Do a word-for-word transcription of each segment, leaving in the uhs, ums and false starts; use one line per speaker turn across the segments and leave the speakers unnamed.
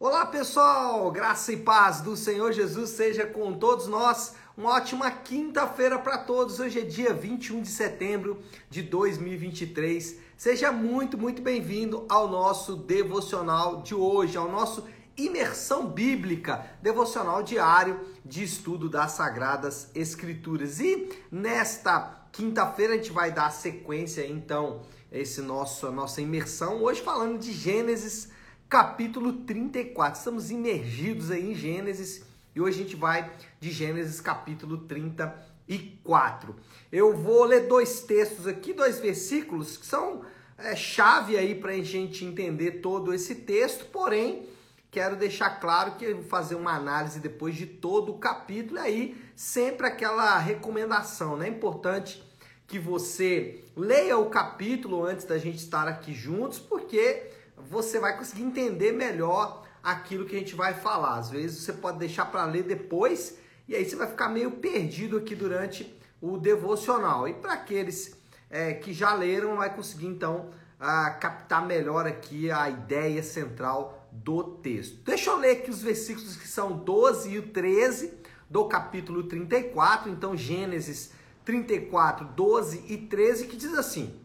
Olá pessoal, graça e paz do Senhor Jesus seja com todos nós. Uma ótima quinta-feira para todos. Hoje é dia vinte e um de setembro de dois mil e vinte e três. Seja muito, muito bem-vindo ao nosso devocional de hoje, ao nosso Imersão Bíblica, devocional diário de estudo das Sagradas Escrituras. E nesta quinta-feira a gente vai dar sequência então a esse nosso, a nossa imersão, hoje falando de Gênesis capítulo trinta e quatro. Estamos imergidos aí em Gênesis e hoje a gente vai de Gênesis capítulo trinta e quatro. Eu vou ler dois textos aqui, dois versículos que são é, chave aí para a gente entender todo esse texto, porém quero deixar claro que eu vou fazer uma análise depois de todo o capítulo, e aí sempre aquela recomendação, né? É importante que você leia o capítulo antes da gente estar aqui juntos, porque você vai conseguir entender melhor aquilo que a gente vai falar. Às vezes você pode deixar para ler depois, e aí você vai ficar meio perdido aqui durante o devocional. E para aqueles é, que já leram, vai conseguir então a, captar melhor aqui a ideia central do texto. Deixa eu ler aqui os versículos que são doze e o treze do capítulo trinta e quatro. Então Gênesis trinta e quatro, doze e treze, que diz assim: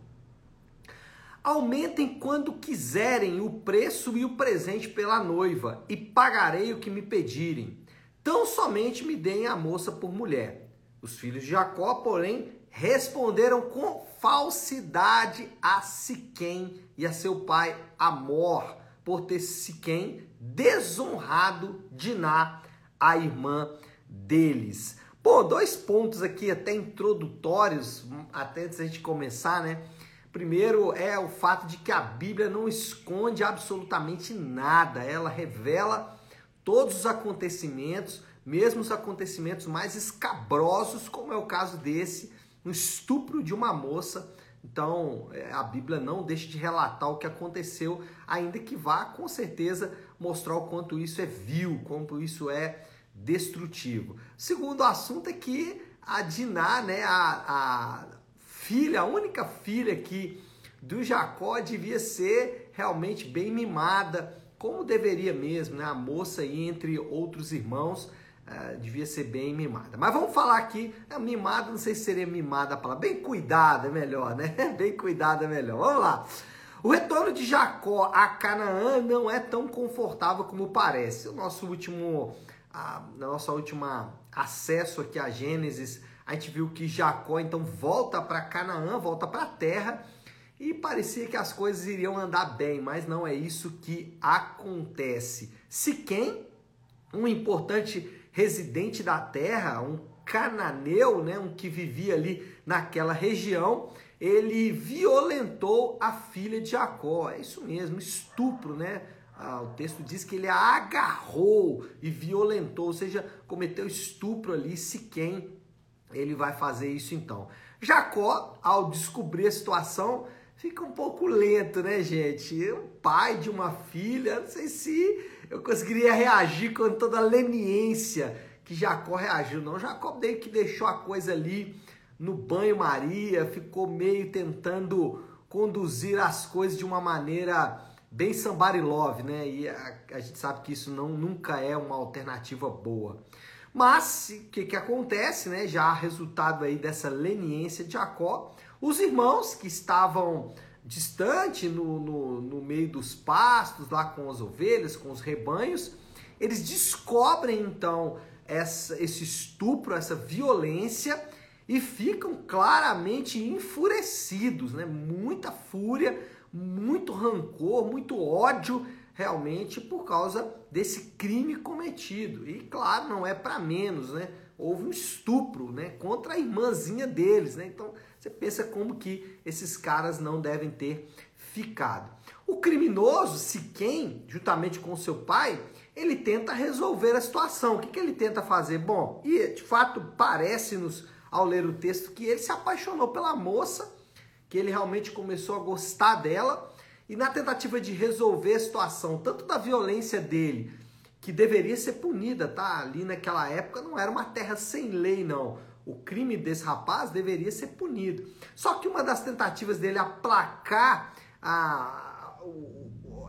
aumentem quando quiserem o preço e o presente pela noiva, e pagarei o que me pedirem. Tão somente me deem a moça por mulher. Os filhos de Jacó, porém, responderam com falsidade a Siquém e a seu pai Hamor, por ter Siquém desonrado Diná, a irmã deles. Bom, dois pontos aqui até introdutórios, até antes da gente começar, né? Primeiro é o fato de que a Bíblia não esconde absolutamente nada. Ela revela todos os acontecimentos, mesmo os acontecimentos mais escabrosos, como é o caso desse, um estupro de uma moça. Então, a Bíblia não deixa de relatar o que aconteceu, ainda que vá, com certeza, mostrar o quanto isso é vil, quanto isso é destrutivo. Segundo assunto é que a Diná, né, a... a filha, a única filha aqui do Jacó, devia ser realmente bem mimada, como deveria mesmo, né? A moça aí, entre outros irmãos, uh, devia ser bem mimada. Mas vamos falar aqui, é, mimada, não sei se seria mimada a palavra, bem cuidada é melhor, né? Bem cuidada é melhor. Vamos lá. O retorno de Jacó a Canaã não é tão confortável como parece. O nosso último, a, nossa última acesso aqui a Gênesis, a gente viu que Jacó então volta para Canaã, volta para a terra, e parecia que as coisas iriam andar bem, mas não é isso que acontece. Siquém, um importante residente da terra, um cananeu, né, um que vivia ali naquela região, ele violentou a filha de Jacó. É isso mesmo, estupro, né? Ah, o texto diz que ele a agarrou e violentou, ou seja, cometeu estupro ali. Siquém, ele vai fazer isso então. Jacó, ao descobrir a situação, fica um pouco lento, né, gente? O pai de uma filha, não sei se eu conseguiria reagir com toda a leniência que Jacó reagiu, não. Jacó meio que deixou a coisa ali no banho-maria, ficou meio tentando conduzir as coisas de uma maneira bem somebody love, né? E a, a gente sabe que isso não, nunca é uma alternativa boa. Mas o que, que acontece, né? Já resultado aí dessa leniência de Jacó, os irmãos que estavam distante no, no, no meio dos pastos, lá com as ovelhas, com os rebanhos, eles descobrem então essa, esse estupro, essa violência, e ficam claramente enfurecidos, né? Muita fúria, muito rancor, muito ódio, realmente, por causa desse crime cometido. E claro, não é para menos, né? Houve um estupro, né, contra a irmãzinha deles, né? Então, você pensa como que esses caras não devem ter ficado. O criminoso, Siquém, juntamente com seu pai, ele tenta resolver a situação. O que, que ele tenta fazer? Bom, e de fato parece-nos, ao ler o texto, que ele se apaixonou pela moça, que ele realmente começou a gostar dela, e na tentativa de resolver a situação, tanto da violência dele, que deveria ser punida, tá? Ali naquela época não era uma terra sem lei, não. O crime desse rapaz deveria ser punido. Só que uma das tentativas dele aplacar a,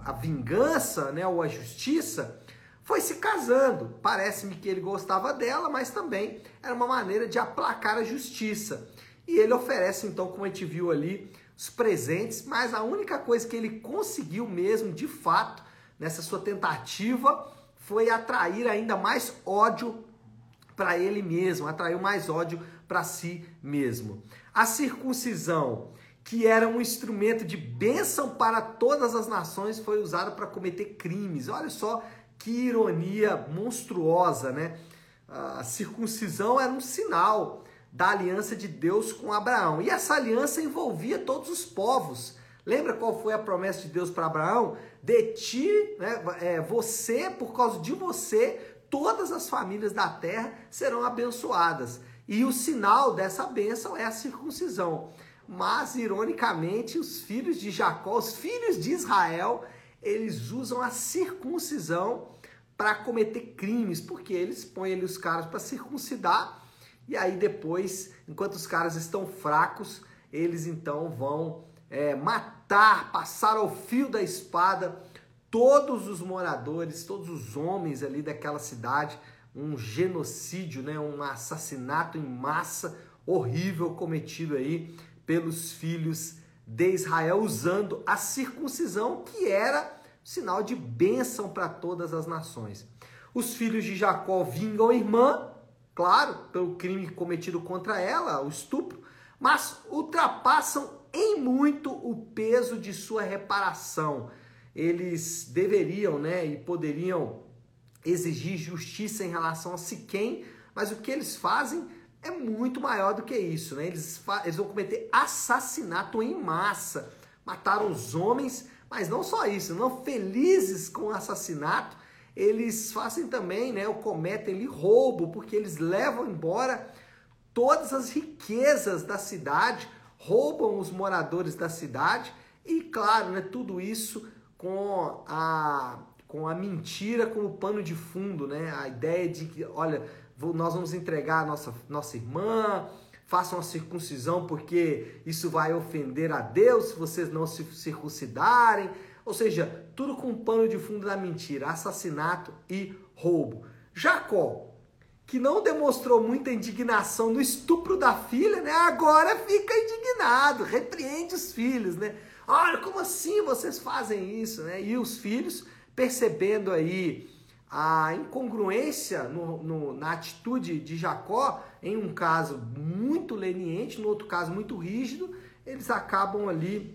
a vingança, né, ou a justiça, foi se casando. Parece-me que ele gostava dela, mas também era uma maneira de aplacar a justiça. E ele oferece, então, como a gente viu ali, os presentes, mas a única coisa que ele conseguiu mesmo, de fato, nessa sua tentativa, foi atrair ainda mais ódio para ele mesmo, atraiu mais ódio para si mesmo. A circuncisão, que era um instrumento de bênção para todas as nações, foi usada para cometer crimes. Olha só que ironia monstruosa, né? A circuncisão era um sinal da aliança de Deus com Abraão. E essa aliança envolvia todos os povos. Lembra qual foi a promessa de Deus para Abraão? De ti, né, é, você, por causa de você, todas as famílias da terra serão abençoadas. E o sinal dessa bênção é a circuncisão. Mas, ironicamente, os filhos de Jacó, os filhos de Israel, eles usam a circuncisão para cometer crimes, porque eles põem ali os caras para circuncidar, e aí depois, enquanto os caras estão fracos, eles então vão é, matar, passar ao fio da espada todos os moradores, todos os homens ali daquela cidade, um genocídio, né, um assassinato em massa horrível cometido aí pelos filhos de Israel, usando a circuncisão, que era sinal de bênção para todas as nações. Os filhos de Jacó vingam a irmã, claro, pelo crime cometido contra ela, o estupro, mas ultrapassam em muito o peso de sua reparação. Eles deveriam, né, e poderiam exigir justiça em relação a Siquém, mas o que eles fazem é muito maior do que isso, né? Eles, eles vão cometer assassinato em massa, mataram os homens, mas não só isso, não felizes com o assassinato, eles fazem também, né, ou cometem ali roubo, porque eles levam embora todas as riquezas da cidade, roubam os moradores da cidade e, claro, né, tudo isso com a, com a mentira como pano de fundo, né? A ideia de que, olha, nós vamos entregar a nossa, nossa irmã, façam a circuncisão porque isso vai ofender a Deus se vocês não se circuncidarem. Ou seja, tudo com pano de fundo da mentira, assassinato e roubo. Jacó, que não demonstrou muita indignação no estupro da filha, né? Agora fica indignado, repreende os filhos, né? Olha, como assim vocês fazem isso, né? E os filhos, percebendo aí a incongruência no, no, na atitude de Jacó, em um caso muito leniente, no outro caso muito rígido, eles acabam ali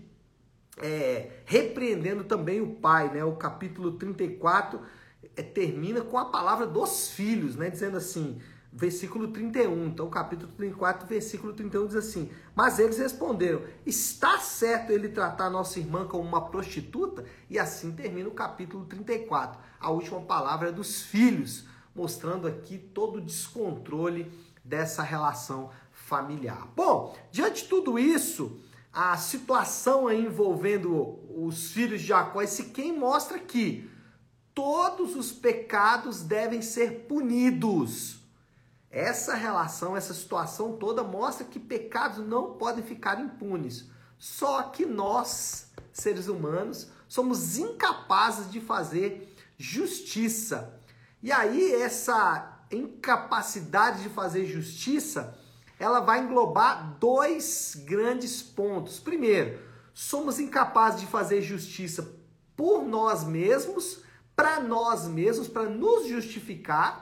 é, repreendendo também o pai, né? O capítulo trinta e quatro é, termina com a palavra dos filhos, né? Dizendo assim, versículo trinta e um, então capítulo trinta e quatro, versículo trinta e um diz assim: mas eles responderam, está certo ele tratar nossa irmã como uma prostituta? E assim termina o capítulo trinta e quatro. A última palavra é dos filhos, mostrando aqui todo o descontrole dessa relação familiar. Bom, diante de tudo isso, a situação aí envolvendo os filhos de Jacó e Siquém mostra que todos os pecados devem ser punidos. Essa relação, essa situação toda mostra que pecados não podem ficar impunes. Só que nós, seres humanos, somos incapazes de fazer justiça. E aí essa incapacidade de fazer justiça, ela vai englobar dois grandes pontos. Primeiro, somos incapazes de fazer justiça por nós mesmos, para nós mesmos, para nos justificar.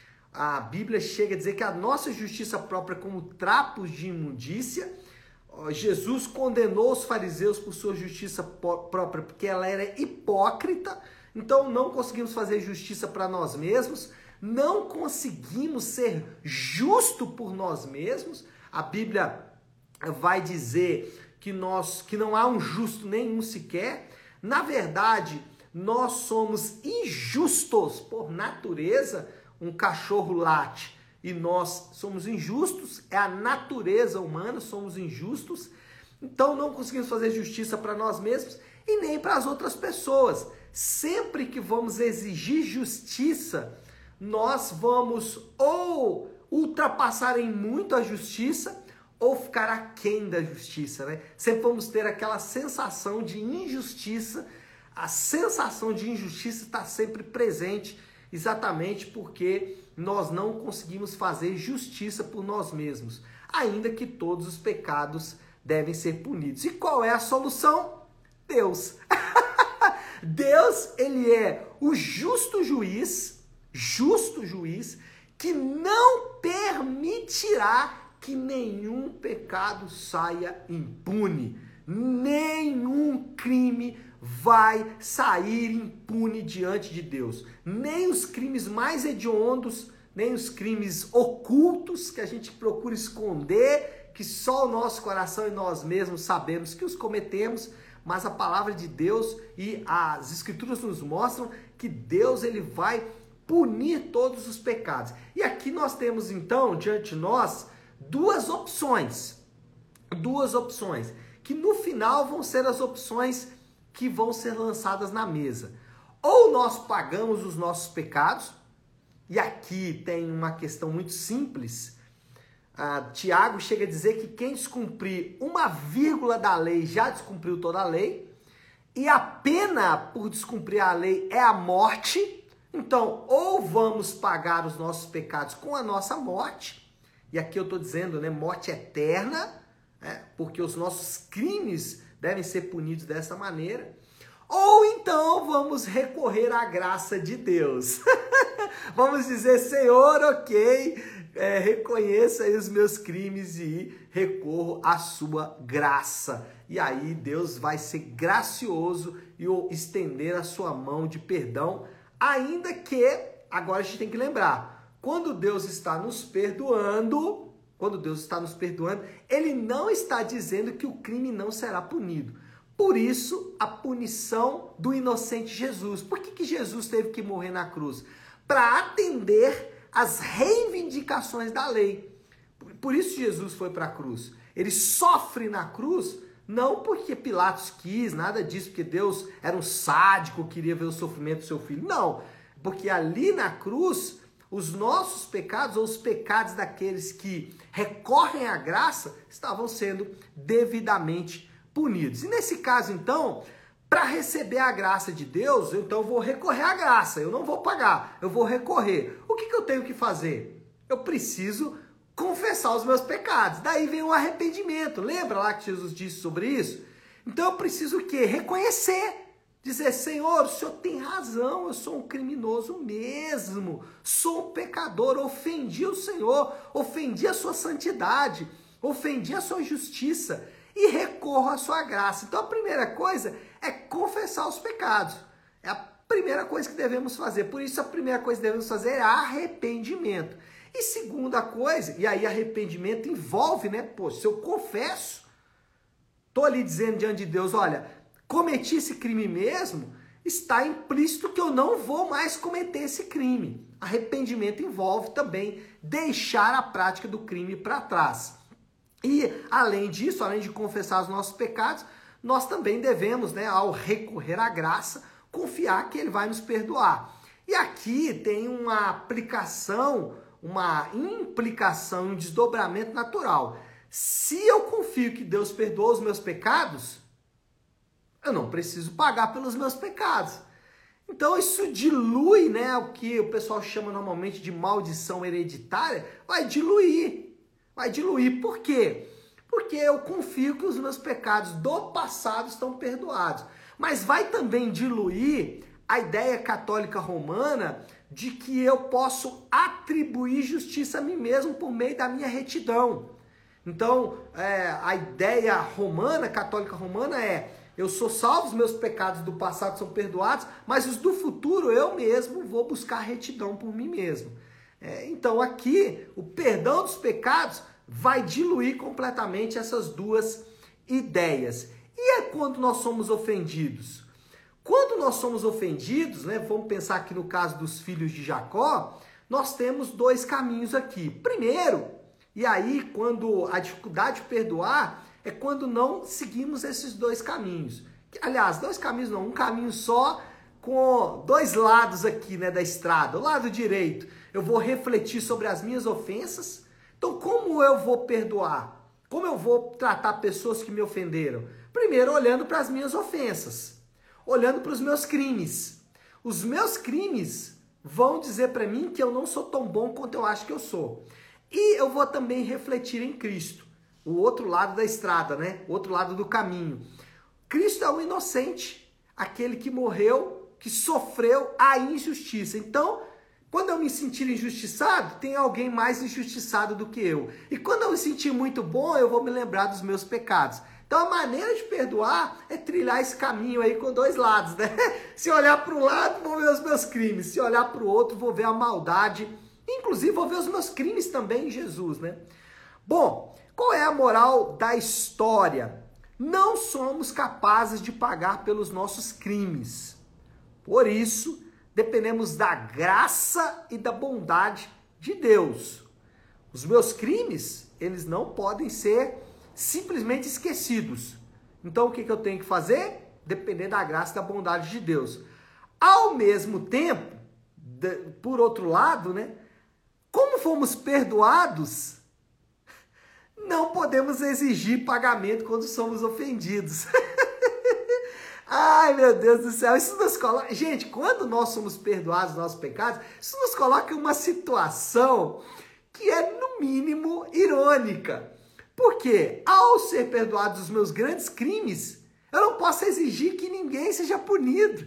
A Bíblia chega a dizer que a nossa justiça própria é como trapos de imundícia. Jesus condenou os fariseus por sua justiça própria, porque ela era hipócrita. Então não conseguimos fazer justiça para nós mesmos, não conseguimos ser justo por nós mesmos. A Bíblia vai dizer que, nós, que não há um justo nenhum sequer. Na verdade, nós somos injustos por natureza. Um cachorro late e nós somos injustos, é a natureza humana, somos injustos, então não conseguimos fazer justiça para nós mesmos e nem para as outras pessoas. Sempre que vamos exigir justiça, nós vamos ou ultrapassar em muito a justiça ou ficar aquém da justiça, né? Sempre vamos ter aquela sensação de injustiça a sensação de injustiça está sempre presente, exatamente porque nós não conseguimos fazer justiça por nós mesmos, ainda que todos os pecados devem ser punidos. E qual é a solução? Deus. Deus, ele é o justo juiz, justo juiz, que não permitirá que nenhum pecado saia impune. Nenhum crime vai sair impune diante de Deus. Nem os crimes mais hediondos, nem os crimes ocultos que a gente procura esconder, que só o nosso coração e nós mesmos sabemos que os cometemos, mas a palavra de Deus e as escrituras nos mostram que Deus ele vai punir todos os pecados. E aqui nós temos então diante de nós duas opções, duas opções, que no final vão ser as opções que vão ser lançadas na mesa. Ou nós pagamos os nossos pecados, e aqui tem uma questão muito simples. Ah, Tiago chega a dizer que quem descumprir uma vírgula da lei já descumpriu toda a lei, e a pena por descumprir a lei é a morte. Então, ou vamos pagar os nossos pecados com a nossa morte, e aqui eu estou dizendo, né, morte eterna, né, porque os nossos crimes devem ser punidos dessa maneira, ou então vamos recorrer à graça de Deus. Vamos dizer, Senhor, ok, é, reconheça aí os meus crimes e recorro à sua graça. E aí Deus vai ser gracioso e estender a sua mão de perdão, ainda que, agora a gente tem que lembrar, quando Deus está nos perdoando, quando Deus está nos perdoando, Ele não está dizendo que o crime não será punido. Por isso, a punição do inocente Jesus. Por que que Jesus teve que morrer na cruz? Para atender às reivindicações da lei. Por isso Jesus foi para a cruz. Ele sofre na cruz, não porque Pilatos quis, nada disso, porque Deus era um sádico, queria ver o sofrimento do seu filho. Não, porque ali na cruz, os nossos pecados, ou os pecados daqueles que recorrem à graça, estavam sendo devidamente punidos. E nesse caso, então, para receber a graça de Deus, eu então vou recorrer à graça, eu não vou pagar, eu vou recorrer. O que que eu tenho que fazer? Eu preciso confessar os meus pecados. Daí vem o arrependimento. Lembra lá que Jesus disse sobre isso? Então eu preciso o quê? Reconhecer. Dizer, Senhor, o Senhor tem razão, eu sou um criminoso mesmo, sou um pecador, ofendi o Senhor, ofendi a sua santidade, ofendi a sua justiça e recorro à sua graça. Então a primeira coisa é confessar os pecados. É a primeira coisa que devemos fazer. Por isso a primeira coisa que devemos fazer é arrependimento. E segunda coisa, e aí arrependimento envolve, né? Pô, se eu confesso, tô ali dizendo diante de Deus, olha, cometi esse crime mesmo, está implícito que eu não vou mais cometer esse crime. Arrependimento envolve também deixar a prática do crime para trás. E, além disso, além de confessar os nossos pecados, nós também devemos, né, ao recorrer à graça, confiar que Ele vai nos perdoar. E aqui tem uma aplicação, uma implicação, um desdobramento natural. Se eu confio que Deus perdoa os meus pecados, eu não preciso pagar pelos meus pecados. Então isso dilui, né, o que o pessoal chama normalmente de maldição hereditária, vai diluir. Vai diluir. Por quê? Porque eu confio que os meus pecados do passado estão perdoados. Mas vai também diluir a ideia católica romana de que eu posso atribuir justiça a mim mesmo por meio da minha retidão. Então, é, a ideia romana, católica romana é: eu sou salvo, os meus pecados do passado são perdoados, mas os do futuro eu mesmo vou buscar retidão por mim mesmo. É, então aqui, o perdão dos pecados vai diluir completamente essas duas ideias. E é quando nós somos ofendidos? Quando nós somos ofendidos, né, vamos pensar aqui no caso dos filhos de Jacó, nós temos dois caminhos aqui. Primeiro, e aí quando a dificuldade de perdoar é quando não seguimos esses dois caminhos. Aliás, dois caminhos não, um caminho só com dois lados aqui, né, da estrada. O lado direito, eu vou refletir sobre as minhas ofensas. Então, como eu vou perdoar? Como eu vou tratar pessoas que me ofenderam? Primeiro, olhando para as minhas ofensas. olhando para os meus crimes. Os meus crimes vão dizer para mim que eu não sou tão bom quanto eu acho que eu sou. E eu vou também refletir em Cristo, o outro lado da estrada, né? O outro lado do caminho. Cristo é o inocente, aquele que morreu, que sofreu a injustiça. Então, quando eu me sentir injustiçado, tem alguém mais injustiçado do que eu. E quando eu me sentir muito bom, eu vou me lembrar dos meus pecados. Então a maneira de perdoar é trilhar esse caminho aí com dois lados, né? Se olhar para um lado, vou ver os meus crimes. Se olhar para o outro, vou ver a maldade. Inclusive, vou ver os meus crimes também em Jesus, né? Bom, qual é a moral da história? Não somos capazes de pagar pelos nossos crimes. Por isso, dependemos da graça e da bondade de Deus. Os meus crimes, eles não podem ser simplesmente esquecidos. Então, o que eu tenho que fazer? Depender da graça e da bondade de Deus. Ao mesmo tempo, por outro lado, né? Como fomos perdoados, não podemos exigir pagamento quando somos ofendidos. Ai, meu Deus do céu, isso nos coloca... Gente, quando nós somos perdoados dos nossos pecados, isso nos coloca em uma situação que é, no mínimo, irônica. Porque, ao ser perdoado dos meus grandes crimes, eu não posso exigir que ninguém seja punido.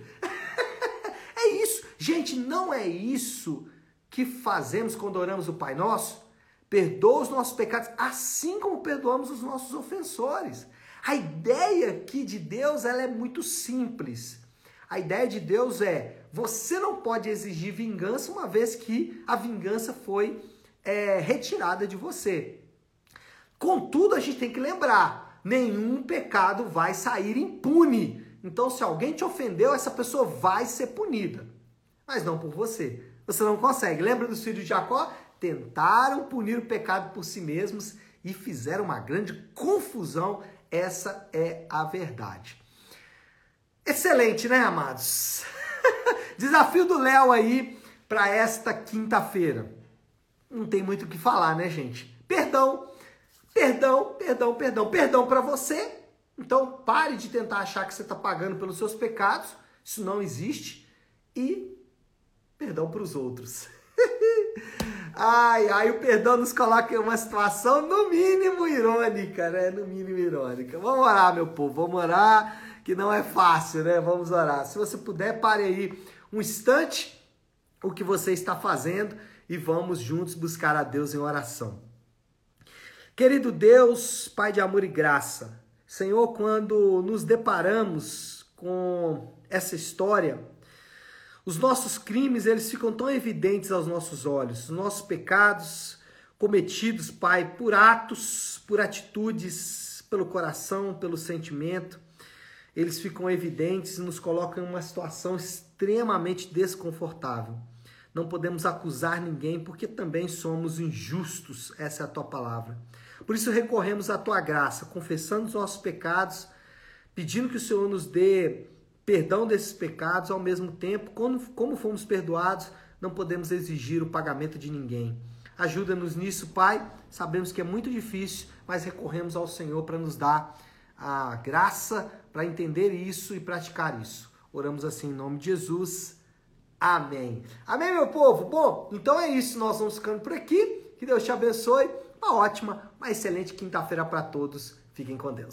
É isso. Gente, não é isso que fazemos quando oramos o Pai Nosso? Perdoa os nossos pecados, assim como perdoamos os nossos ofensores. A ideia aqui de Deus, ela é muito simples. A ideia de Deus é, você não pode exigir vingança uma vez que a vingança foi é, retirada de você. Contudo, a gente tem que lembrar, nenhum pecado vai sair impune. Então, se alguém te ofendeu, essa pessoa vai ser punida. Mas não por você. Você não consegue. Lembra dos filhos de Jacó? Tentaram punir o pecado por si mesmos e fizeram uma grande confusão. Essa é a verdade. Excelente, né, amados? Desafio do Léo aí para esta quinta-feira. Não tem muito o que falar, né, gente? Perdão, perdão, perdão, perdão. Perdão para você. Então, pare de tentar achar que você está pagando pelos seus pecados. Isso não existe. E perdão para os outros. Ai, ai, o perdão nos coloca em uma situação, no mínimo, irônica, né? No mínimo, irônica. Vamos orar, meu povo, vamos orar, que não é fácil, né? Vamos orar. Se você puder, pare aí um instante o que você está fazendo e vamos juntos buscar a Deus em oração. Querido Deus, Pai de amor e graça, Senhor, quando nos deparamos com essa história, os nossos crimes, eles ficam tão evidentes aos nossos olhos. Os nossos pecados cometidos, Pai, por atos, por atitudes, pelo coração, pelo sentimento, eles ficam evidentes e nos colocam em uma situação extremamente desconfortável. Não podemos acusar ninguém porque também somos injustos, essa é a Tua palavra. Por isso recorremos à Tua graça, confessando os nossos pecados, pedindo que o Senhor nos dê perdão desses pecados, ao mesmo tempo, como, como fomos perdoados, não podemos exigir o pagamento de ninguém. Ajuda-nos nisso, Pai. Sabemos que é muito difícil, mas recorremos ao Senhor para nos dar a graça para entender isso e praticar isso. Oramos assim em nome de Jesus. Amém. Amém, meu povo? Bom, então é isso. Nós vamos ficando por aqui. Que Deus te abençoe. Uma ótima, uma excelente quinta-feira para todos. Fiquem com Deus.